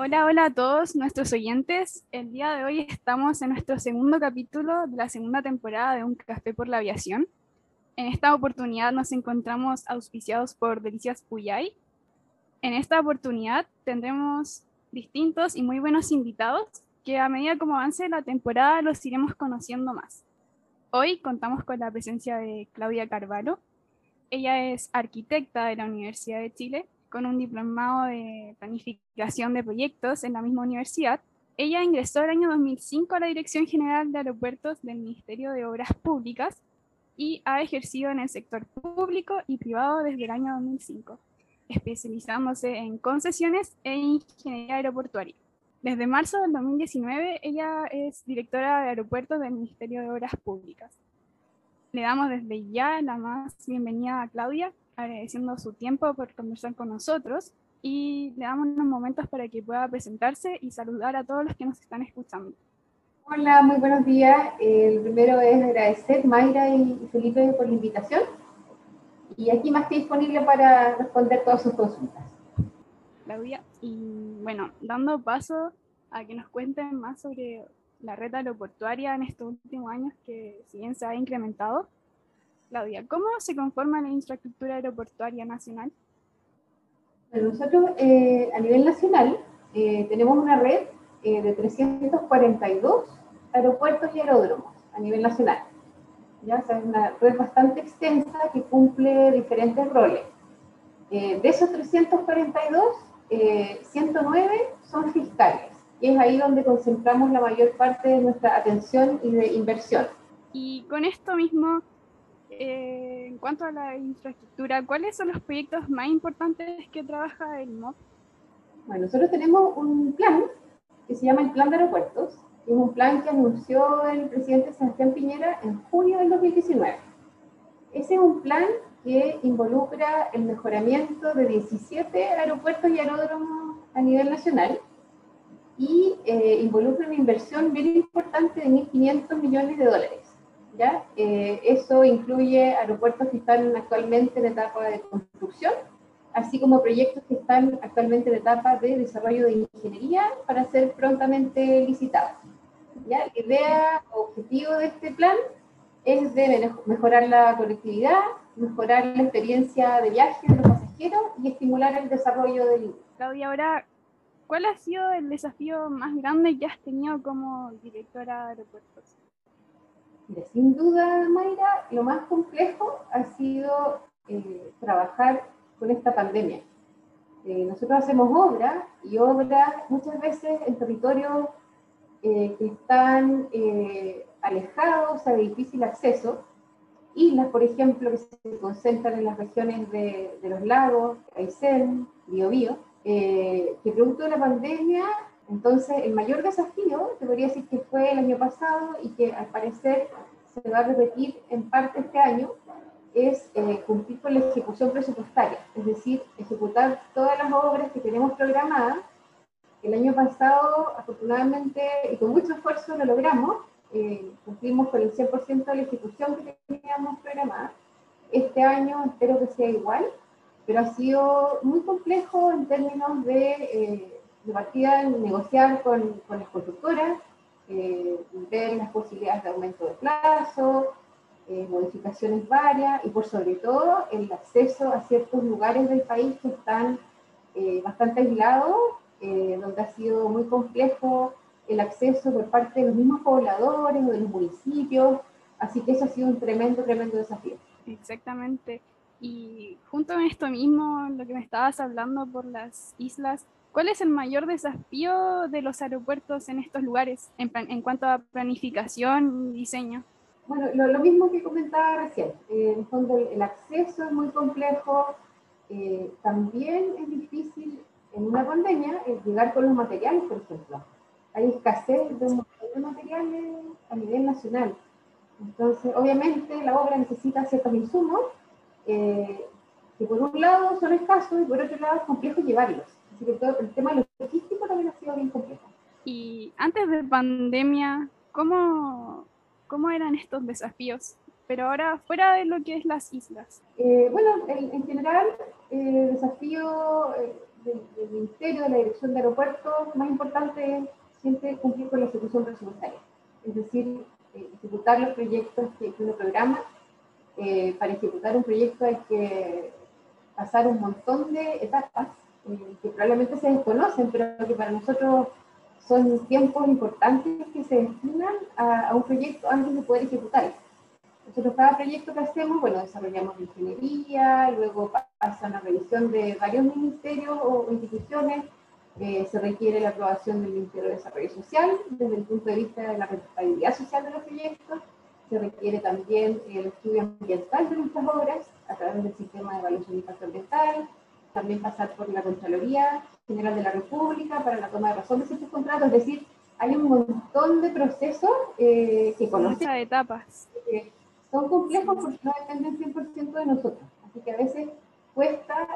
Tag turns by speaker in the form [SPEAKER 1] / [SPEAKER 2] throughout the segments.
[SPEAKER 1] Hola, hola a todos nuestros oyentes. El día de hoy estamos en nuestro segundo capítulo de la segunda temporada de Un Café por la Aviación. En esta oportunidad nos encontramos auspiciados por Delicias Puyay. En esta oportunidad tendremos distintos y muy buenos invitados que a medida como avance la temporada los iremos conociendo más. Hoy contamos con la presencia de Claudia Carvalho. Ella es arquitecta de la Universidad de Chile, con un diplomado de planificación de proyectos en la misma universidad. Ella ingresó el año 2005 a la Dirección General de Aeropuertos del Ministerio de Obras Públicas y ha ejercido en el sector público y privado desde el año 2005, especializándose en concesiones e ingeniería aeroportuaria. Desde marzo del 2019, ella es directora de aeropuertos del Ministerio de Obras Públicas. Le damos desde ya la más bienvenida a Claudia, agradeciendo su tiempo por conversar con nosotros y le damos unos momentos para que pueda presentarse y saludar a todos los que nos están escuchando.
[SPEAKER 2] Hola, muy buenos días. El primero es agradecer Mayra y Felipe por la invitación y aquí más que disponible para responder todas sus consultas.
[SPEAKER 1] Claudia, y bueno, dando paso a que nos cuenten más sobre la red aeroportuaria en estos últimos años, que si bien se ha incrementado. Claudia, ¿cómo se conforma la infraestructura aeroportuaria nacional?
[SPEAKER 2] Bueno, nosotros a nivel nacional tenemos una red de 342 aeropuertos y aeródromos a nivel nacional. ¿Ya? O sea, es una red bastante extensa que cumple diferentes roles. De esos 342, 109 son fiscales, y es ahí donde concentramos la mayor parte de nuestra atención y de inversión.
[SPEAKER 1] Y con esto mismo, en cuanto a la infraestructura, ¿cuáles son los proyectos más importantes que trabaja el MOP?
[SPEAKER 2] Bueno, nosotros tenemos un plan que se llama el Plan de Aeropuertos, y es un plan que anunció el presidente Sebastián Piñera en junio del 2019. Ese es un plan que involucra el mejoramiento de 17 aeropuertos y aeródromos a nivel nacional y involucra una inversión bien importante de 1.500 millones de dólares. ¿Ya? Eso incluye aeropuertos que están actualmente en etapa de construcción, así como proyectos que están actualmente en etapa de desarrollo de ingeniería para ser prontamente licitados. ¿Ya? La idea o objetivo de este plan es de mejorar la conectividad, mejorar la experiencia de viaje de los pasajeros y estimular el desarrollo del...
[SPEAKER 1] Claudia, ahora, ¿cuál ha sido el desafío más grande que has tenido como directora de aeropuertos?
[SPEAKER 2] Mira, sin duda, Mayra, lo más complejo ha sido trabajar con esta pandemia. Nosotros hacemos obras y obras muchas veces en territorios que están alejados, o sea, de difícil acceso. Islas, por ejemplo, que se concentran en las regiones de los lagos, Aysén, Biobío, que producto de la pandemia, entonces el mayor desafío, te podría decir que fue el año pasado y que al parecer se va a repetir en parte este año, es cumplir con la ejecución presupuestaria, es decir, ejecutar todas las obras que tenemos programadas. El año pasado, afortunadamente, y con mucho esfuerzo lo logramos, cumplimos con el 100% de la ejecución que teníamos programada. Este año espero que sea igual, pero ha sido muy complejo en términos de partida negociar con las constructoras, ver las posibilidades de aumento de plazo, modificaciones varias y por sobre todo el acceso a ciertos lugares del país que están bastante aislados, donde ha sido muy complejo el acceso por parte de los mismos pobladores o de los municipios, así que eso ha sido un tremendo, tremendo desafío.
[SPEAKER 1] Exactamente. Y junto a esto mismo, lo que me estabas hablando por las islas, ¿cuál es el mayor desafío de los aeropuertos en estos lugares en cuanto a planificación y diseño?
[SPEAKER 2] Bueno, lo mismo que comentaba recién, en el fondo el acceso es muy complejo, también es difícil en una pandemia llegar con los materiales, por ejemplo. Hay escasez de un montón de materiales a nivel nacional. Entonces, obviamente, la obra necesita ciertos insumos que por un lado son escasos y por otro lado es complejo llevarlos. Así que todo el tema logístico también ha sido bien complejo.
[SPEAKER 1] Y antes de pandemia, ¿cómo eran estos desafíos? Pero ahora, fuera de lo que es las islas.
[SPEAKER 2] Bueno, en general, desafío del Ministerio, de la Dirección de Aeropuertos, lo más importante es siempre cumplir con la ejecución presupuestaria. Es decir, ejecutar los proyectos que uno programa. Para ejecutar un proyecto hay que pasar un montón de etapas que probablemente se desconocen, pero que para nosotros son tiempos importantes que se destinan a un proyecto antes de poder ejecutarlo. Nosotros cada proyecto que hacemos, bueno, desarrollamos ingeniería, luego pasa una revisión de varios ministerios o instituciones, se requiere la aprobación del Ministerio de Desarrollo Social desde el punto de vista de la responsabilidad social de los proyectos, se requiere también el estudio ambiental de nuestras obras a través del sistema de evaluación de impacto ambiental, también pasar por la Contraloría General de la República para la toma de razón de ciertos contratos, es decir, hay un montón de procesos que conocemos.
[SPEAKER 1] Muchas etapas.
[SPEAKER 2] Son complejos porque no dependen 100% de nosotros, así que a veces cuesta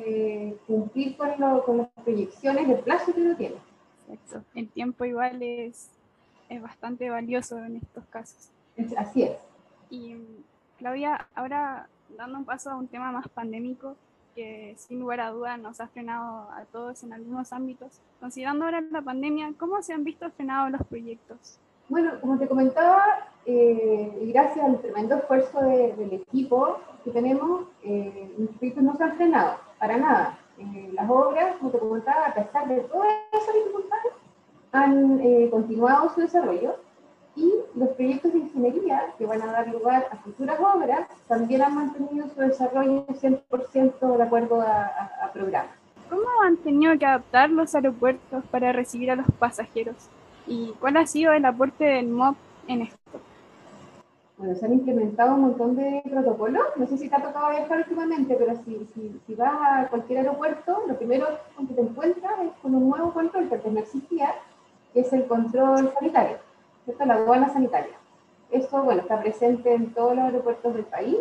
[SPEAKER 2] cumplir con las proyecciones del plazo que uno tiene.
[SPEAKER 1] Exacto. El tiempo igual es bastante valioso en estos casos.
[SPEAKER 2] Así es.
[SPEAKER 1] Y Claudia, ahora dando un paso a un tema más pandémico, que sin lugar a dudas nos ha frenado a todos en algunos ámbitos. Considerando ahora la pandemia, ¿cómo se han visto frenados los proyectos?
[SPEAKER 2] Bueno, como te comentaba, y gracias al tremendo esfuerzo del equipo que tenemos, los proyectos no se han frenado, para nada. Las obras, como te comentaba, a pesar de todas esas dificultades, han continuado su desarrollo y los proyectos de ingeniería que van a dar lugar a futuras obras también han mantenido su desarrollo 100% de acuerdo a programa.
[SPEAKER 1] ¿Cómo han tenido que adaptar los aeropuertos para recibir a los pasajeros? ¿Y cuál ha sido el aporte del MOP en esto?
[SPEAKER 2] Bueno, se han implementado un montón de protocolos. No sé si te ha tocado viajar últimamente, pero si vas a cualquier aeropuerto, lo primero que te encuentras es con un nuevo control que antes no existía, que es el control sanitario, ¿cierto? La aduana sanitaria. Eso, bueno, está presente en todos los aeropuertos del país.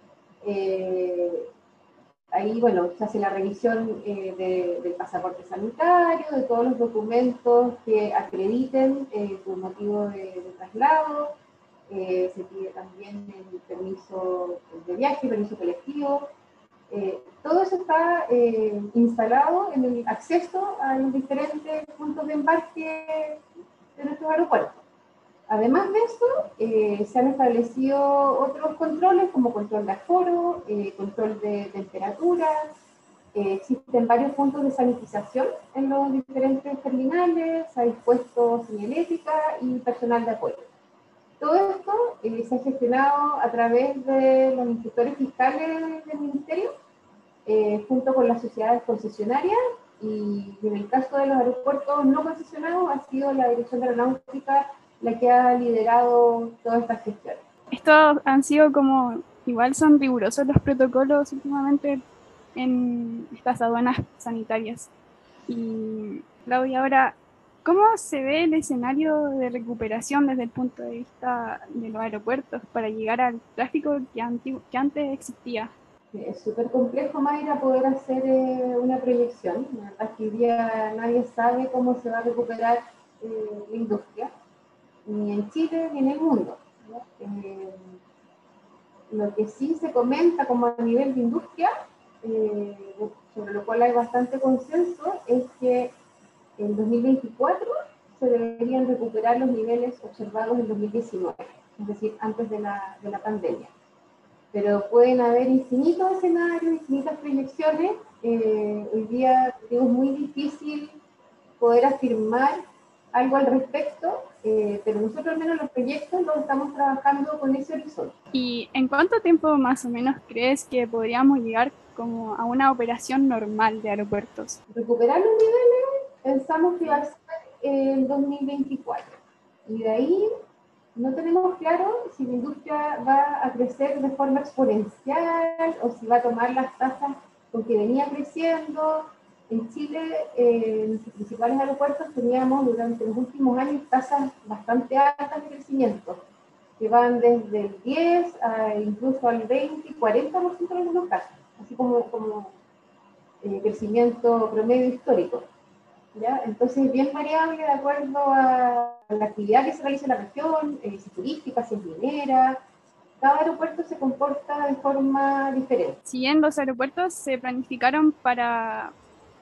[SPEAKER 2] Ahí, bueno, se hace la revisión del pasaporte sanitario, de todos los documentos que acrediten tu motivo de traslado. Se pide también el permiso de viaje, permiso colectivo. Todo eso está instalado en el acceso a los diferentes puntos de embarque de nuestros aeropuertos. Además de eso, se han establecido otros controles como control de aforo, control de temperatura. Existen varios puntos de sanitización en los diferentes terminales, hay puestos señalética y personal de apoyo. Todo esto se ha gestionado a través de los inspectores fiscales del Ministerio, junto con las sociedades concesionarias, y en el caso de los aeropuertos no concesionados ha sido la Dirección de Aeronáutica la que ha liderado todas estas gestiones.
[SPEAKER 1] Estos han sido como, igual son rigurosos los protocolos últimamente en estas aduanas sanitarias. Y Claudia, ahora, ¿cómo se ve el escenario de recuperación desde el punto de vista de los aeropuertos para llegar al tráfico que antes existía?
[SPEAKER 2] Es súper complejo, Mayra, poder hacer una proyección. La verdad es que hoy día nadie sabe cómo se va a recuperar la industria, ni en Chile ni en el mundo, ¿no? Lo que sí se comenta como a nivel de industria, sobre lo cual hay bastante consenso, es que en 2024 se deberían recuperar los niveles observados en 2019, es decir, antes de la pandemia. Pero pueden haber infinitos escenarios, infinitas proyecciones. Hoy día es muy difícil poder afirmar algo al respecto, pero nosotros al menos los proyectos los estamos trabajando con ese horizonte.
[SPEAKER 1] ¿Y en cuánto tiempo más o menos crees que podríamos llegar como a una operación normal de aeropuertos?
[SPEAKER 2] Recuperar los niveles pensamos que va a ser en 2024. Y de ahí no tenemos claro si la industria va a crecer de forma exponencial o si va a tomar las tasas con que venía creciendo. En Chile, en nuestros principales aeropuertos teníamos durante los últimos años tasas bastante altas de crecimiento, que van desde el 10 a incluso al 20 y 40% en algunos casos, así como crecimiento promedio histórico. ¿Ya? Entonces, bien variable de acuerdo a la actividad que se realiza en la región, si es turística, si es minera. Cada aeropuerto se comporta de forma diferente.
[SPEAKER 1] Si bien los aeropuertos se planificaron para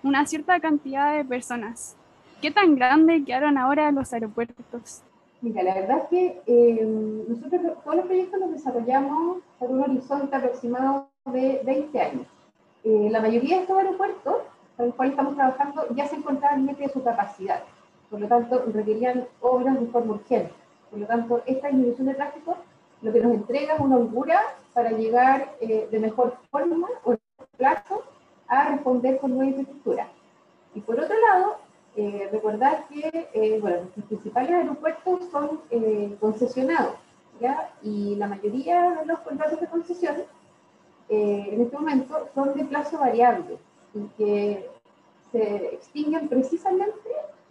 [SPEAKER 1] una cierta cantidad de personas. ¿Qué tan grande quedaron ahora los aeropuertos?
[SPEAKER 2] Mira, la verdad es que nosotros todos los proyectos los desarrollamos por un horizonte aproximado de 20 años. La mayoría de estos aeropuertos con los cuales estamos trabajando ya se encontraban en límite de su capacidad, por lo tanto requerían obras de forma urgente. Por lo tanto, esta disminución de tráfico lo que nos entrega es una holgura para llegar de mejor forma o en plazo a responder con nueva infraestructura. Y por otro lado, recordar que bueno, nuestros principales aeropuertos son concesionados, ¿ya? Y la mayoría de los contratos de concesión en este momento son de plazo variable y que se extinguen precisamente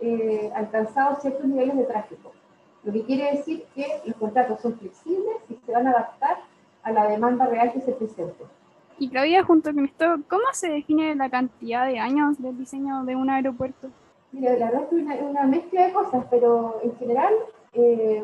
[SPEAKER 2] alcanzados ciertos niveles de tráfico. Lo que quiere decir que los contratos son flexibles y se van a adaptar a la demanda real que se presente.
[SPEAKER 1] Y Claudia, junto con esto, ¿cómo se define la cantidad de años del diseño de un aeropuerto?
[SPEAKER 2] Mira, la verdad es que es una mezcla de cosas, pero en general, eh,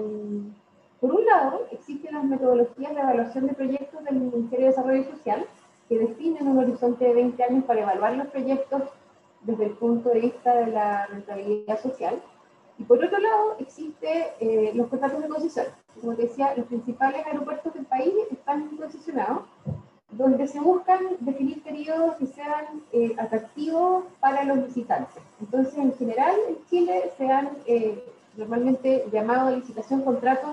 [SPEAKER 2] por un lado, existen las metodologías de evaluación de proyectos del Ministerio de Desarrollo Social que definen un horizonte de 20 años para evaluar los proyectos desde el punto de vista de la rentabilidad social. Y por otro lado, existen los contratos de concesión. Como te decía, los principales aeropuertos del país están concesionados donde se buscan definir periodos que sean atractivos para los visitantes. Entonces, en general, en Chile se han normalmente llamado a licitación contratos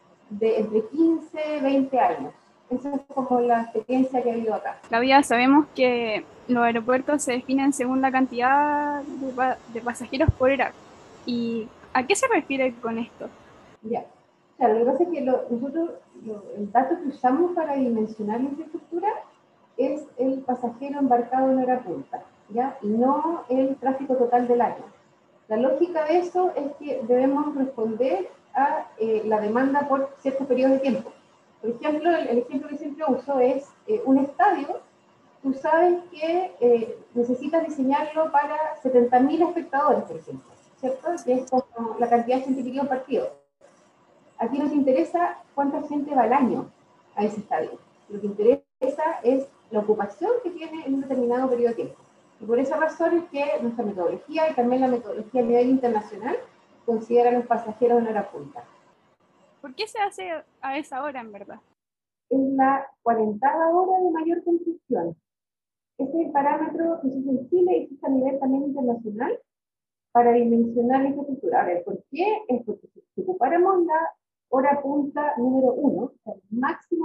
[SPEAKER 2] de entre 15 y 20 años. Esa es como la experiencia que ha habido acá.
[SPEAKER 1] Claudia, sabemos que los aeropuertos se definen según la cantidad de pasajeros por hora. ¿Y a qué se refiere con esto?
[SPEAKER 2] Ya. Claro, lo que pasa es que nosotros el dato que usamos para dimensionar la infraestructura es el pasajero embarcado en hora punta, ¿ya? Y no el tráfico total del año. La lógica de eso es que debemos responder a la demanda por ciertos periodos de tiempo. Por ejemplo, el ejemplo que siempre uso es un estadio. Tú sabes que necesitas diseñarlo para 70.000 espectadores, por ejemplo, ¿cierto? Que es como la cantidad de gente que iría a un partido. Aquí no te interesa cuánta gente va al año a ese estadio. Lo que interesa es la ocupación que tiene en un determinado periodo de tiempo. Y por esa razón es que nuestra metodología y también la metodología a nivel internacional considera a los pasajeros en hora punta.
[SPEAKER 1] ¿Por qué se hace a esa hora, en verdad?
[SPEAKER 2] Es la 40ª hora de mayor construcción. Ese es el parámetro que se usa en Chile y existe a nivel también internacional para dimensionar la infraestructura. A ver, ¿por qué? Es porque si ocupáramos la hora punta número 1, o sea, el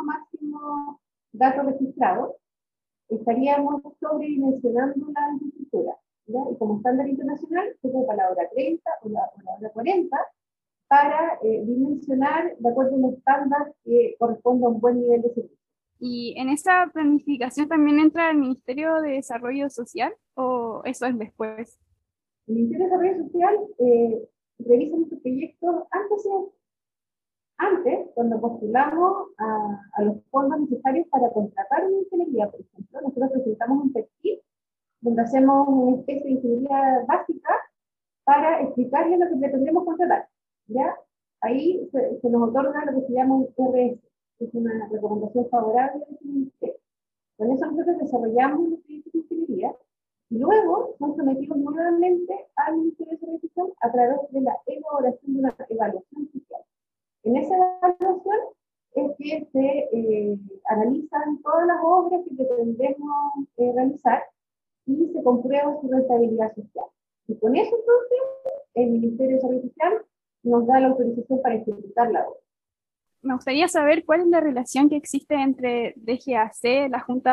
[SPEAKER 2] máximo dato registrado, estaríamos sobredimensionando la infraestructura. ¿Ya? Y como estándar internacional, se ocupa la hora 30 o la hora 40 para dimensionar de acuerdo a un estándar que corresponda a un buen nivel de servicio.
[SPEAKER 1] ¿Y en esa planificación también entra el Ministerio de Desarrollo Social o eso es después?
[SPEAKER 2] El Ministerio de Desarrollo Social revisa nuestros proyectos antes, cuando postulamos a los fondos necesarios para contratar una ingeniería, por ejemplo, nosotros presentamos un perfil donde hacemos una especie de ingeniería básica para explicarles lo que pretendemos contratar. ¿Ya? Ahí se nos otorga lo que se llama un RS, que es una recomendación favorable del ministerio. Con eso nosotros desarrollamos los proyectos de ingeniería y luego son sometidos nuevamente al Ministerio de Desarrollo Social a través de la elaboración de una evaluación social. En esa evaluación es que se analizan todas las obras que pretendemos realizar y se comprueba su rentabilidad social. Y con eso entonces el Ministerio de Desarrollo Social nos da la autorización para ejecutar la obra.
[SPEAKER 1] Me gustaría saber cuál es la relación que existe entre DGAC,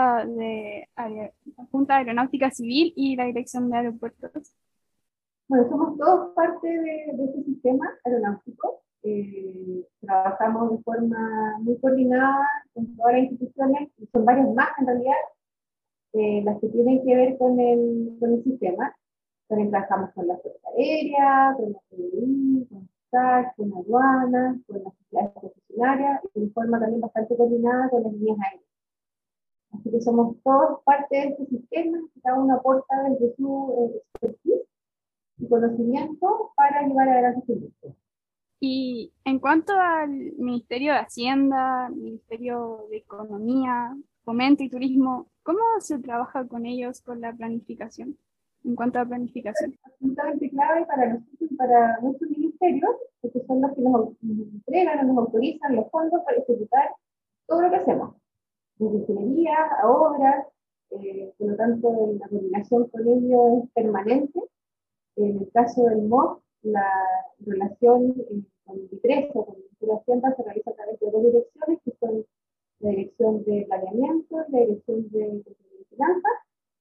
[SPEAKER 1] la Junta Aeronáutica Civil y la Dirección de Aeropuertos.
[SPEAKER 2] Bueno, somos todos parte de este sistema aeronáutico. Trabajamos de forma muy coordinada con todas las instituciones, y son varias más en realidad, las que tienen que ver con el sistema. También trabajamos con la Fuerza Aérea, con la PDI, con SAC, con aduanas, con las sociedades concesionarias y de forma también bastante coordinada con las líneas aéreas. Así que somos todos parte de este sistema, cada uno aporta desde su expertise y conocimiento para llevar adelante este proyecto.
[SPEAKER 1] Y en cuanto al Ministerio de Hacienda, Ministerio de Economía, Fomento y Turismo, ¿cómo se trabaja con ellos con la planificación? en cuanto a planificación.
[SPEAKER 2] Absolutamente clave para nosotros y para muchos ministerios, porque son los que nos entregan o nos autorizan los fondos para ejecutar todo lo que hacemos, desde ingeniería a obras, por lo tanto la coordinación con ellos es permanente. En el caso del MOC, la relación con el IPRES o con el Ministerio de Hacienda se realiza a través de dos direcciones, que son la dirección de planeamiento y la dirección de finanzas.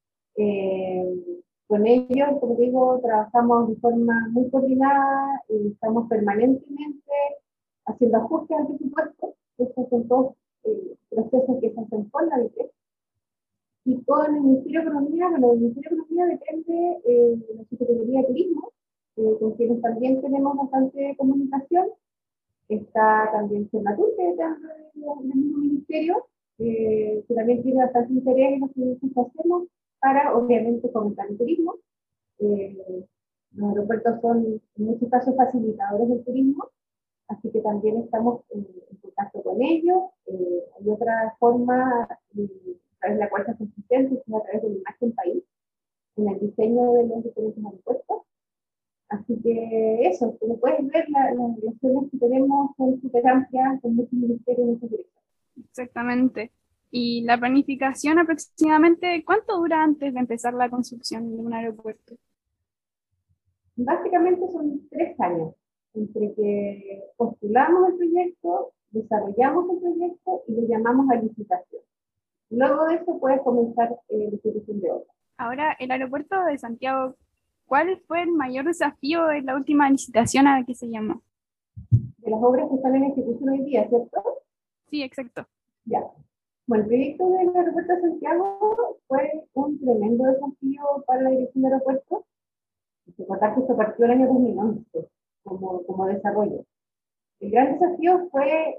[SPEAKER 2] Con ellos, como digo, trabajamos de forma muy coordinada, estamos permanentemente haciendo ajustes al presupuesto. Estos son todos procesos que se hacen con la DIPRES. Y con el Ministerio de Economía, bueno, el Ministerio de Economía depende de la Secretaría de Turismo, con quienes también tenemos bastante comunicación. Está también Senatur, que depende del mismo ministerio, que también tiene bastante interés en los proyectos que hacemos para, obviamente, fomentar el turismo. Los aeropuertos son, en muchos casos, facilitadores del turismo, así que también estamos en contacto con ellos. Hay otra forma a través de la cual se hace asistencia, que es a través de la imagen país, en el diseño de los diferentes aeropuertos. Así que eso, como puedes ver, las relaciones que tenemos son súper amplias con muchos ministerios en muchas direcciones.
[SPEAKER 1] Exactamente. Y la planificación aproximadamente, ¿cuánto dura antes de empezar la construcción de un aeropuerto?
[SPEAKER 2] Básicamente son 3 años, entre que postulamos el proyecto, desarrollamos el proyecto y lo llamamos a licitación. Luego de eso puedes comenzar la ejecución de obra.
[SPEAKER 1] Ahora, el aeropuerto de Santiago, ¿cuál fue el mayor desafío en la última licitación a la que se llamó?
[SPEAKER 2] De las obras que están en ejecución hoy día, ¿cierto?
[SPEAKER 1] Sí, exacto.
[SPEAKER 2] Ya. Bueno, el proyecto del aeropuerto de Santiago fue un tremendo desafío para la dirección de aeropuertos. Recordar que esto partió el año 2011 como desarrollo. El gran desafío fue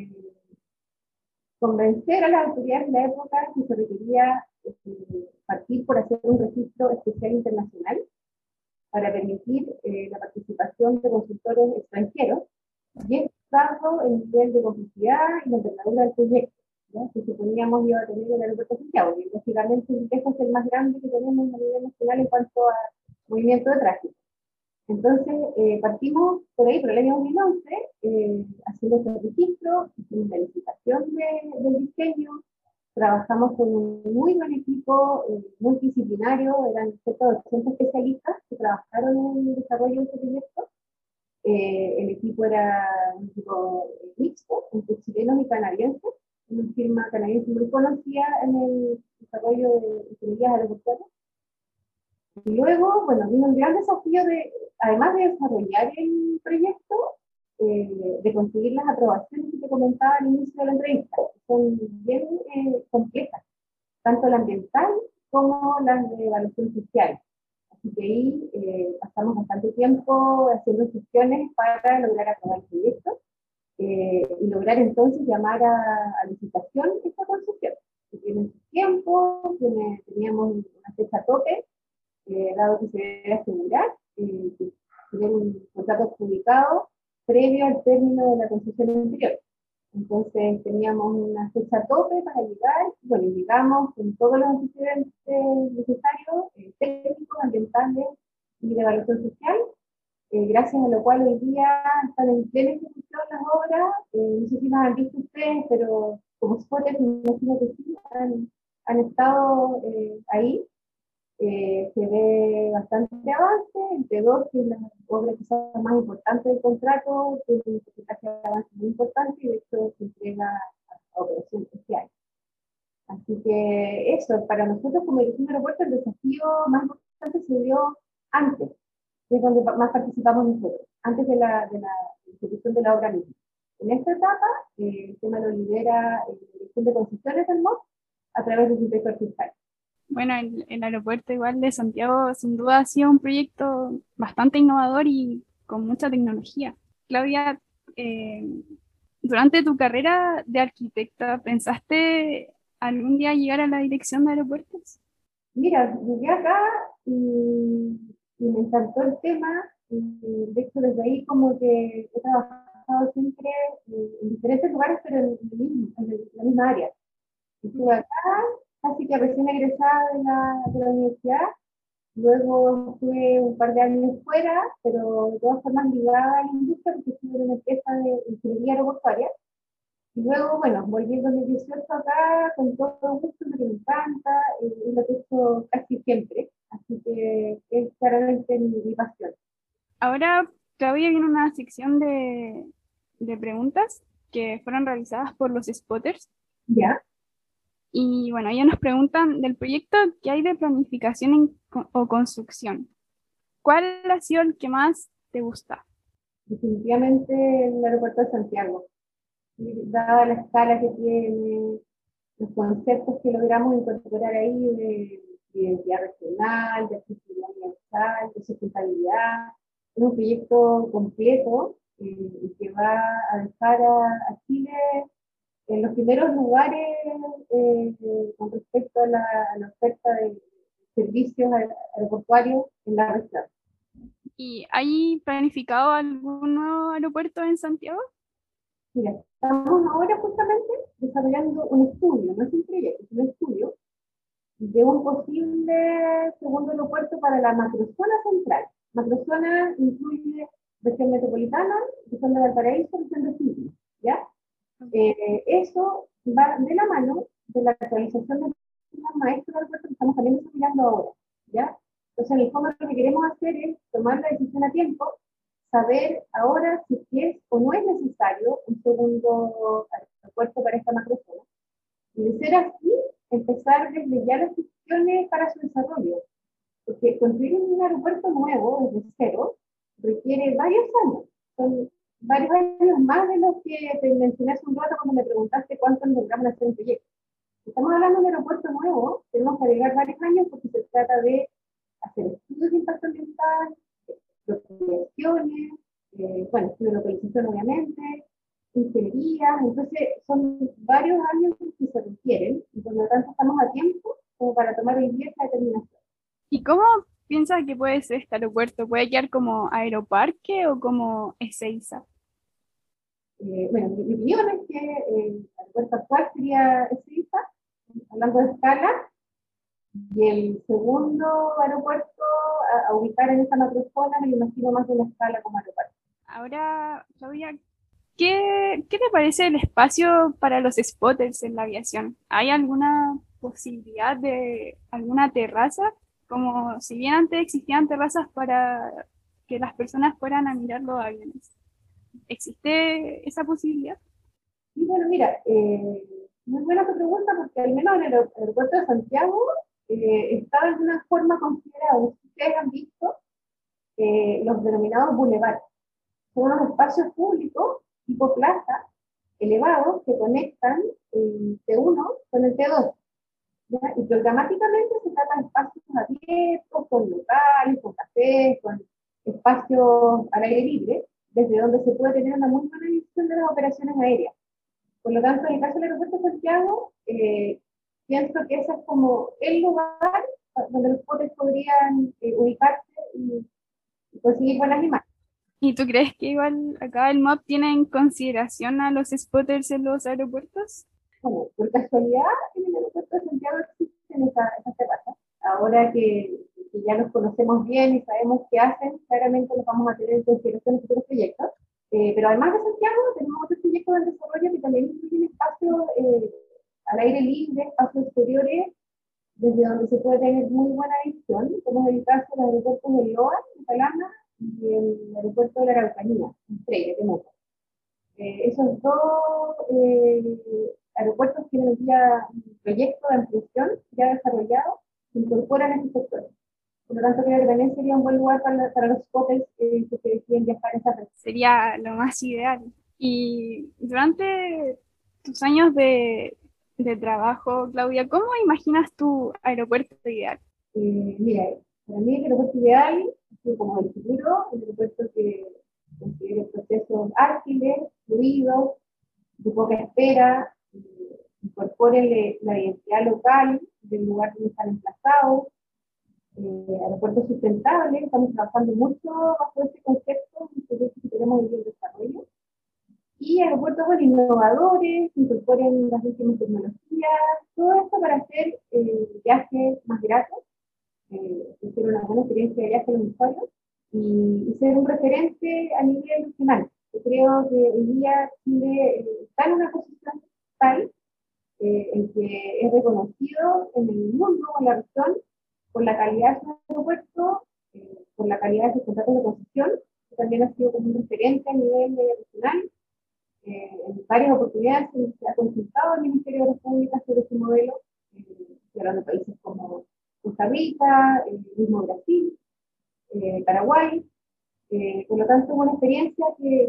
[SPEAKER 2] convencer a las autoridades de la época que se requería partir por hacer un registro especial internacional para permitir la participación de consultores extranjeros y esto dado el nivel de complejidad y la envergadura del proyecto, ¿no?, que suponíamos iba a tener el aeropuerto de Santiago, que lógicamente es el más grande que tenemos a nivel nacional en cuanto a movimiento de tráfico. Entonces, partimos por ahí, por el año 2011, haciendo este registro, hicimos la licitación del diseño, trabajamos con un muy buen equipo multidisciplinario, eran cerca de 80 especialistas que trabajaron en el desarrollo de este proyecto. El equipo era un equipo mixto, entre chilenos y canadienses, una firma canadiense muy conocida en el desarrollo de ingenierías aeroportuarias. Y luego, bueno, vino un gran desafío además de desarrollar el proyecto, de conseguir las aprobaciones que te comentaba al inicio de la entrevista, que son bien complejas, tanto la ambiental como las de evaluación social. Así que ahí pasamos bastante tiempo haciendo gestiones para lograr aprobar el proyecto y lograr entonces llamar a licitación esta concesión, que tiene su tiempo, teníamos una fecha tope, dado que se debe asegurar tener un contrato publicado previo al término de la concesión anterior. Entonces teníamos una fecha tope para llegar, bueno, llegamos con todos los antecedentes necesarios, técnicos, ambientales y de evaluación social, gracias a lo cual hoy día están en plena ejecución las obras. No sé si las han visto ustedes, pero como spotters, me imagino que sí, han estado ahí. Se ve bastante avance, entre dos, que es la obra quizás más importante del contrato, tiene un porcentaje de avance muy importante y de hecho se entrega a operación especial. Así que eso, para nosotros como dirección de aeropuerto, el desafío más importante se dio antes, que es donde más participamos nosotros, antes de la ejecución de la obra misma. En esta etapa, el tema lo lidera la Dirección de Concesiones del MOC a través de su inspector fiscal.
[SPEAKER 1] Bueno, el aeropuerto igual de Santiago sin duda ha sido un proyecto bastante innovador y con mucha tecnología. Claudia, eh, durante tu carrera de arquitecta, ¿pensaste algún día llegar a la dirección de aeropuertos?
[SPEAKER 2] Mira, llegué acá y me encantó el tema. De hecho, desde ahí como que he trabajado siempre en diferentes lugares, pero en la misma área. Estuve acá, casi que recién egresada de la universidad, Luego estuve un par de años fuera, pero de todas formas ligada a la industria, porque estuve en una empresa de ingeniería aeroportuaria. Y luego, bueno, volví en 2018 acá con todo gusto, lo que me encanta, es lo que he hecho casi siempre. Así que es claramente mi pasión.
[SPEAKER 1] Ahora, Claudia, viene una sección de preguntas que fueron realizadas por los spotters.
[SPEAKER 2] ¿Ya?
[SPEAKER 1] Y bueno, ellos nos preguntan del proyecto que hay de planificación o construcción. ¿Cuál ha sido el que más te gusta?
[SPEAKER 2] Definitivamente el aeropuerto de Santiago. Y dada la escala que tiene, los conceptos que logramos incorporar ahí de identidad regional, de accesibilidad universal, de sustentabilidad. Es un proyecto completo y que va a dejar a Chile en los primeros lugares con respecto a la oferta de servicios aeroportuarios en la región.
[SPEAKER 1] ¿Y hay planificado algún nuevo aeropuerto en Santiago?
[SPEAKER 2] Mira, estamos ahora justamente desarrollando un estudio, no es un proyecto, es un estudio de un posible segundo aeropuerto para la macrozona central. Macrozona incluye región metropolitana, región de Valparaíso, región de Chile, ¿ya? Eso va de la mano de la actualización de los maestros del aeropuerto que estamos también desarrollando ahora, ¿ya? Entonces, en el fondo lo que queremos hacer es tomar la decisión a tiempo, saber ahora si es o no es necesario un segundo aeropuerto para esta macrozona. Y de ser así, empezar desde ya las gestiones para su desarrollo. Porque construir un aeropuerto nuevo desde cero requiere varios años. Son varios años más de los que te mencioné hace un rato cuando me preguntaste cuánto nos logramos hacer un proyecto. Si estamos hablando de un aeropuerto nuevo, tenemos que agregar varios años porque se trata de hacer estudios de impacto ambiental, proyecciones, bueno, estudio de localización obviamente, ingeniería, entonces son varios años que se requieren y por lo tanto estamos a tiempo como para tomar hoy día esta determinación.
[SPEAKER 1] ¿Y cómo piensas que puede ser este aeropuerto? ¿Puede quedar como aeroparque o como Ezeiza?
[SPEAKER 2] Bueno, mi opinión es que el aeropuerto actual sería Ezeiza, hablando de escala, y el segundo aeropuerto a ubicar en esta macrozona me lo imagino más de una escala como aeropuerto.
[SPEAKER 1] Ahora, Claudia, ¿qué te parece el espacio para los spotters en la aviación? ¿Hay alguna posibilidad de alguna terraza? Como si bien antes existían terrazas para que las personas fueran a mirar los aviones. ¿Existe esa posibilidad?
[SPEAKER 2] Y bueno, mira, muy buena tu pregunta porque al menos en el aeropuerto de Santiago está de alguna forma considerado, ustedes han visto los denominados boulevards. Son unos espacios públicos tipo plaza, elevados, que conectan el T1 con el T2. ¿Ya? Y programáticamente se trata de espacios abiertos, con locales, con cafés, con espacios al aire libre, desde donde se puede tener una muy buena visión de las operaciones aéreas. Por lo tanto, en el caso del aeropuerto de Santiago, pienso que ese es como el lugar donde los potes podrían ubicarse y conseguir buenas imágenes.
[SPEAKER 1] ¿Y tú crees que igual acá el MOP tiene en consideración a los spotters en los aeropuertos?
[SPEAKER 2] Bueno, por casualidad, en el aeropuerto de Santiago existen esas terrazas. Ahora que ya los conocemos bien y sabemos qué hacen, claramente los vamos a tener en consideración en futuros proyectos. Pero además de Santiago, tenemos otros proyectos de desarrollo que también incluyen espacios al aire libre, espacios exteriores, desde donde se puede tener muy buena visión, como es el caso del aeropuerto de Loa, en Calama, y el aeropuerto de la Araucanía, en Freire, Temuco. Esos dos aeropuertos tienen ya un proyecto de ampliación ya desarrollado que incorporan estos sectores. Por lo tanto, creo que también sería un buen lugar para los spotters que deciden viajar a esa región.
[SPEAKER 1] Sería lo más ideal. Y durante tus años de trabajo, Claudia, ¿cómo imaginas tu aeropuerto ideal?
[SPEAKER 2] Mira, para mí el aeropuerto ideal, así como el futuro, el aeropuerto que considere procesos ágiles, fluidos, de poca espera, incorporen la identidad local del lugar donde están emplazados, aeropuertos sustentables, estamos trabajando mucho bajo ese concepto, un proyecto que tenemos en desarrollo, y aeropuertos bueno, innovadores, que incorporen las últimas tecnologías, todo esto para hacer viajes más gratos, hacer una buena experiencia de viaje a los usuarios y ser un referente a nivel regional. Yo creo que hoy día Chile está en una posición tal en que es reconocido en el mundo, en la región, por la calidad de su aeropuerto, por la calidad de sus contratos de concesión, que también ha sido como un referente a nivel regional. En varias oportunidades se ha consultado al Ministerio de República sobre su modelo, hablando de países como Costa Rica, el mismo Brasil, Paraguay. Por lo tanto, es una experiencia que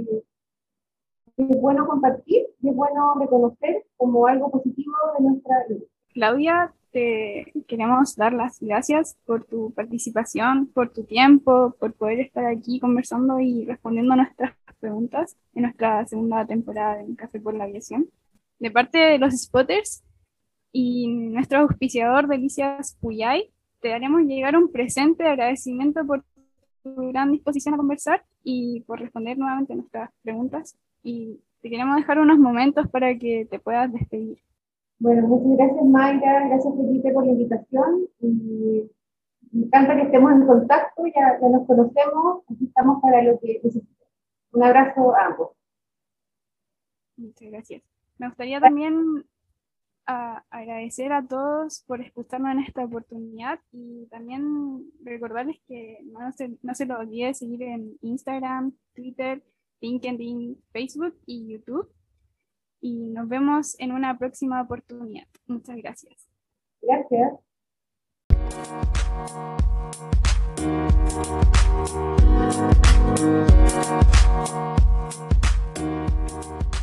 [SPEAKER 2] es bueno compartir y es bueno reconocer como algo positivo de nuestra vida.
[SPEAKER 1] Claudia, te queremos dar las gracias por tu participación, por tu tiempo, por poder estar aquí conversando y respondiendo a nuestras preguntas en nuestra segunda temporada de Un Café por la Aviación. De parte de los spotters y nuestro auspiciador Delicias Puyay, te haremos llegar un presente de agradecimiento por tu gran disposición a conversar y por responder nuevamente nuestras preguntas. Y te queremos dejar unos momentos para que te puedas despedir.
[SPEAKER 2] Bueno, muchas gracias Mayra, gracias Felipe por la invitación y me encanta que estemos en contacto, ya nos conocemos, aquí estamos para lo que necesiten. Un abrazo a ambos.
[SPEAKER 1] Muchas gracias. Me gustaría también agradecer a todos por escucharnos en esta oportunidad y también recordarles que no se lo olvide seguir en Instagram, Twitter, LinkedIn, Facebook y YouTube. Y nos vemos en una próxima oportunidad. Muchas gracias.
[SPEAKER 2] Gracias.